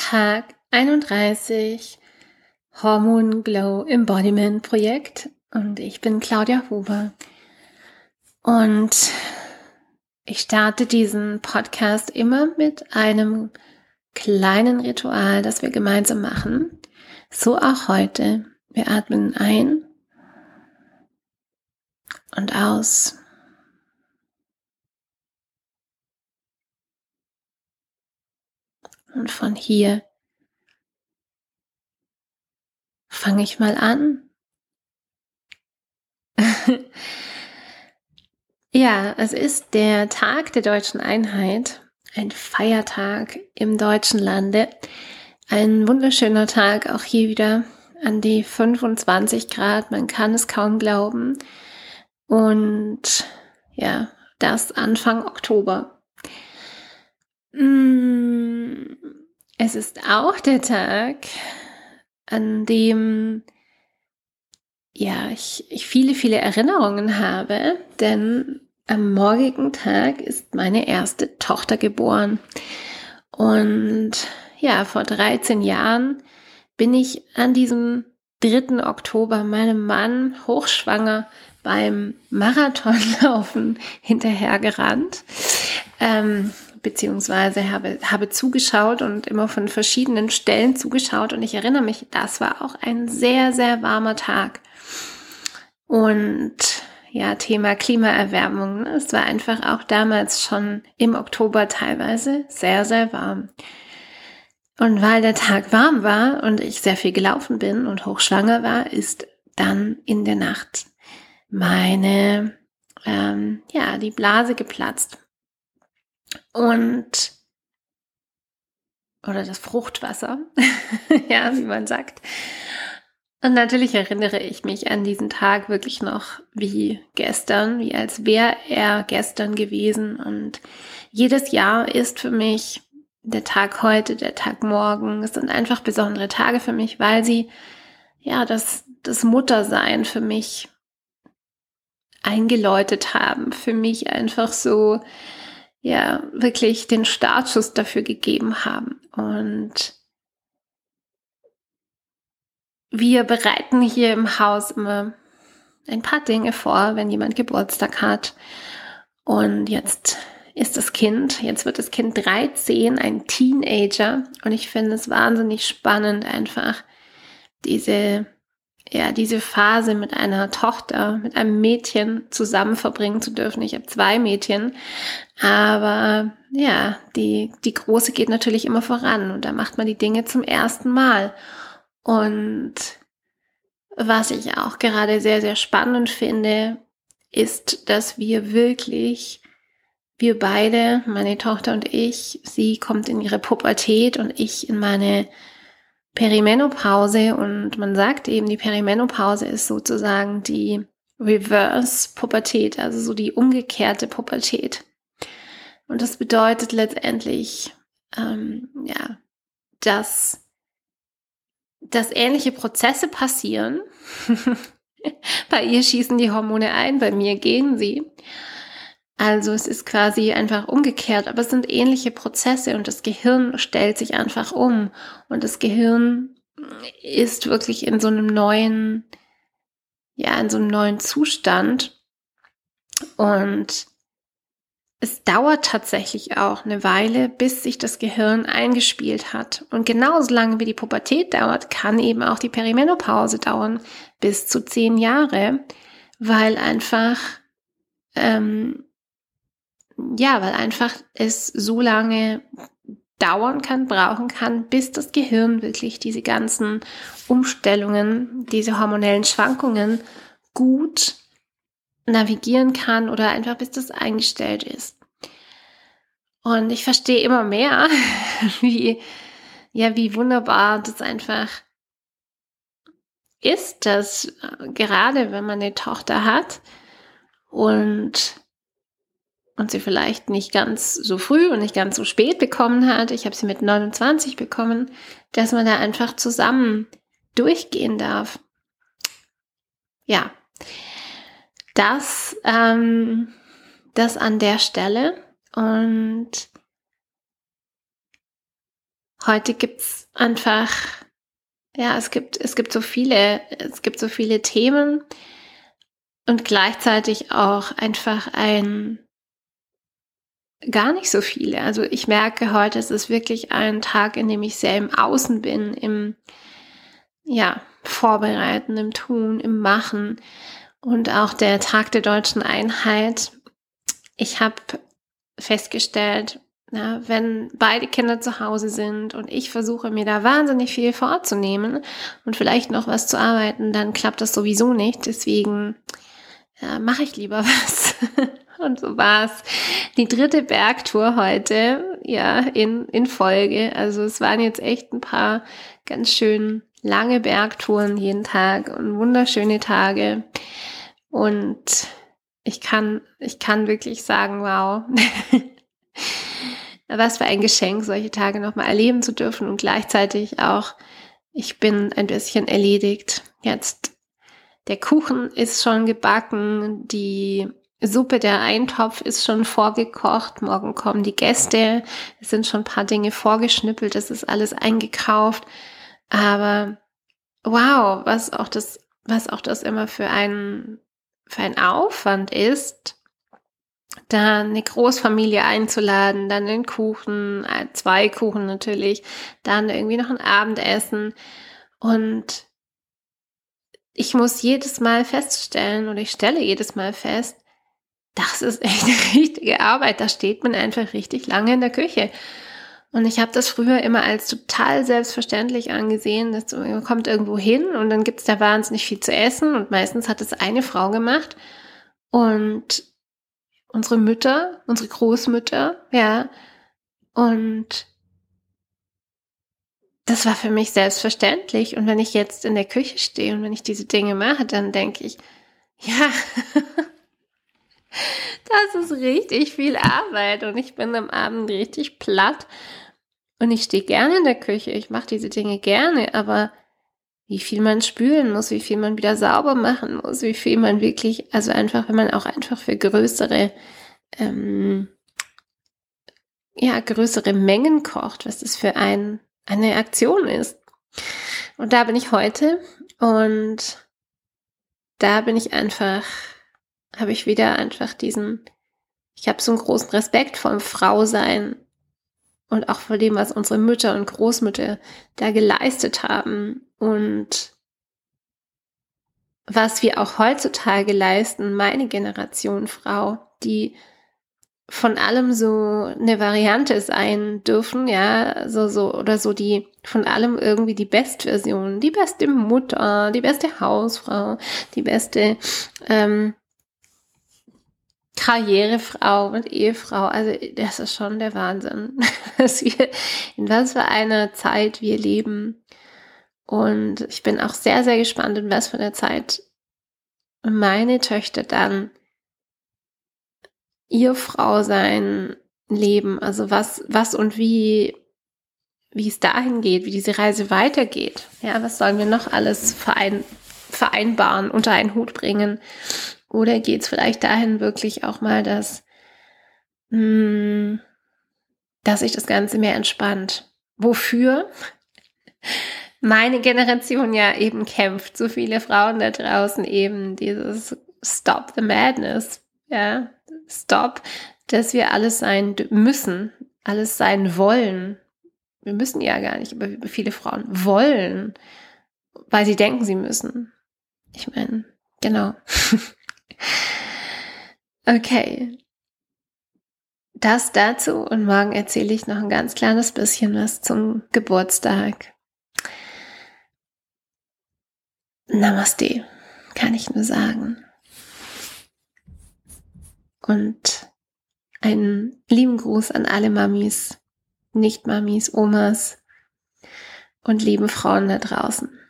Tag 31 Hormone Glow Embodiment Projekt und ich bin Claudia Huber und ich starte diesen Podcast immer mit einem kleinen Ritual, das wir gemeinsam machen. So auch heute. Wir atmen ein und aus. Und von hier fange ich mal an. Ja, es ist der Tag der Deutschen Einheit, ein Feiertag im deutschen Lande. Ein wunderschöner Tag, auch hier wieder an die 25 Grad, man kann es kaum glauben. Und ja, das Anfang Oktober. Es ist auch der Tag, an dem ich viele Erinnerungen habe, denn am morgigen Tag ist meine erste Tochter geboren. Und ja, vor 13 Jahren bin ich an diesem 3. Oktober meinem Mann hochschwanger beim Marathonlaufen hinterhergerannt, beziehungsweise habe zugeschaut und immer von verschiedenen Stellen zugeschaut. Und ich erinnere mich, das war auch ein sehr, sehr warmer Tag. Und ja, Thema Klimaerwärmung. Es war einfach auch damals schon im Oktober teilweise sehr, sehr warm. Und weil der Tag warm war und ich sehr viel gelaufen bin und hochschwanger war, ist dann in der Nacht die Blase geplatzt. Oder das Fruchtwasser, ja, wie man sagt. Und natürlich erinnere ich mich an diesen Tag wirklich noch wie gestern, wie als wäre er gestern gewesen. Und jedes Jahr ist für mich der Tag heute, der Tag morgen. Es sind einfach besondere Tage für mich, weil sie ja das Muttersein für mich eingeläutet haben. Für mich einfach so, ja, wirklich den Startschuss dafür gegeben haben. Und wir bereiten hier im Haus immer ein paar Dinge vor, wenn jemand Geburtstag hat. Und jetzt wird das Kind 13, ein Teenager. Und ich finde es wahnsinnig spannend, einfach diese Phase mit einer Tochter, mit einem Mädchen zusammen verbringen zu dürfen. Ich habe 2 Mädchen, aber ja, die Große geht natürlich immer voran und da macht man die Dinge zum ersten Mal. Und was ich auch gerade sehr, sehr spannend finde, ist, dass wir beide, meine Tochter und ich, sie kommt in ihre Pubertät und ich in meine Perimenopause, und man sagt eben, die Perimenopause ist sozusagen die Reverse-Pubertät, also so die umgekehrte Pubertät. Und das bedeutet letztendlich, dass ähnliche Prozesse passieren. Bei ihr schießen die Hormone ein, bei mir gehen sie. Also es ist quasi einfach umgekehrt, aber es sind ähnliche Prozesse und das Gehirn stellt sich einfach um. Und das Gehirn ist wirklich in so einem neuen Zustand. Und es dauert tatsächlich auch eine Weile, bis sich das Gehirn eingespielt hat. Und genauso lange wie die Pubertät dauert, kann eben auch die Perimenopause dauern, bis zu 10 Jahre, weil einfach es so lange brauchen kann, bis das Gehirn wirklich diese ganzen Umstellungen, diese hormonellen Schwankungen gut navigieren kann oder einfach bis das eingestellt ist. Und ich verstehe immer mehr, wie wunderbar das einfach ist, dass gerade wenn man eine Tochter hat und sie vielleicht nicht ganz so früh und nicht ganz so spät bekommen hat, ich habe sie mit 29 bekommen, dass man da einfach zusammen durchgehen darf. Ja, das an der Stelle. Und heute gibt's einfach, ja, es gibt so viele Themen und gleichzeitig auch einfach gar nicht so viele. Also ich merke heute, es ist wirklich ein Tag, in dem ich sehr im Außen bin, im, ja, Vorbereiten, im Tun, im Machen und auch der Tag der deutschen Einheit. Ich habe festgestellt, wenn beide Kinder zu Hause sind und ich versuche mir da wahnsinnig viel vorzunehmen und vielleicht noch was zu arbeiten, dann klappt das sowieso nicht. Deswegen mache ich lieber was. Und so war es die 3. Bergtour heute, ja, in Folge. Also es waren jetzt echt ein paar ganz schön lange Bergtouren jeden Tag und wunderschöne Tage. Und ich kann wirklich sagen, wow, was für ein Geschenk, solche Tage nochmal erleben zu dürfen und gleichzeitig auch, ich bin ein bisschen erledigt. Jetzt, der Kuchen ist schon gebacken, die Suppe, der Eintopf ist schon vorgekocht, morgen kommen die Gäste, es sind schon ein paar Dinge vorgeschnippelt, es ist alles eingekauft, aber wow, was auch das immer für ein Aufwand ist, da eine Großfamilie einzuladen, dann den Kuchen, 2 Kuchen natürlich, dann irgendwie noch ein Abendessen und ich muss jedes Mal feststellen oder ich stelle jedes Mal fest, das ist echt eine richtige Arbeit, da steht man einfach richtig lange in der Küche. Und ich habe das früher immer als total selbstverständlich angesehen, dass man kommt irgendwo hin und dann gibt's da wahnsinnig viel zu essen und meistens hat es eine Frau gemacht und unsere Mütter, unsere Großmütter, ja, und das war für mich selbstverständlich und wenn ich jetzt in der Küche stehe und wenn ich diese Dinge mache, dann denke ich, ja, das ist richtig viel Arbeit und ich bin am Abend richtig platt und ich stehe gerne in der Küche, ich mache diese Dinge gerne, aber wie viel man spülen muss, wie viel man wieder sauber machen muss, wie viel man wirklich, also einfach, wenn man auch einfach für größere Mengen kocht, was das für eine Aktion ist. Und da bin ich heute und da bin ich einfach, habe ich wieder einfach ich habe so einen großen Respekt vor dem Frausein und auch vor dem, was unsere Mütter und Großmütter da geleistet haben und was wir auch heutzutage leisten, meine Generation Frau, die von allem so eine Variante sein dürfen, ja, so die von allem irgendwie die Bestversion, die beste Mutter, die beste Hausfrau, die beste Karrierefrau und Ehefrau. Also das ist schon der Wahnsinn, in was für einer Zeit wir leben. Und ich bin auch sehr, sehr gespannt, in was für einer Zeit meine Töchter dann ihr Frausein leben, also was und wie es dahin geht, wie diese Reise weitergeht. Ja, was sollen wir noch alles vereinbaren, unter einen Hut bringen? Oder geht es vielleicht dahin wirklich auch mal, dass sich das Ganze mehr entspannt? Wofür meine Generation ja eben kämpft, so viele Frauen da draußen eben dieses Stop the Madness, ja, Stop, dass wir alles sein müssen, alles sein wollen. Wir müssen ja gar nicht, aber viele Frauen wollen, weil sie denken, sie müssen. Ich meine, genau. Okay. Das dazu und morgen erzähle ich noch ein ganz kleines bisschen was zum Geburtstag. Namaste, kann ich nur sagen. Und einen lieben Gruß an alle Mamis, Nicht-Mamis, Omas und lieben Frauen da draußen.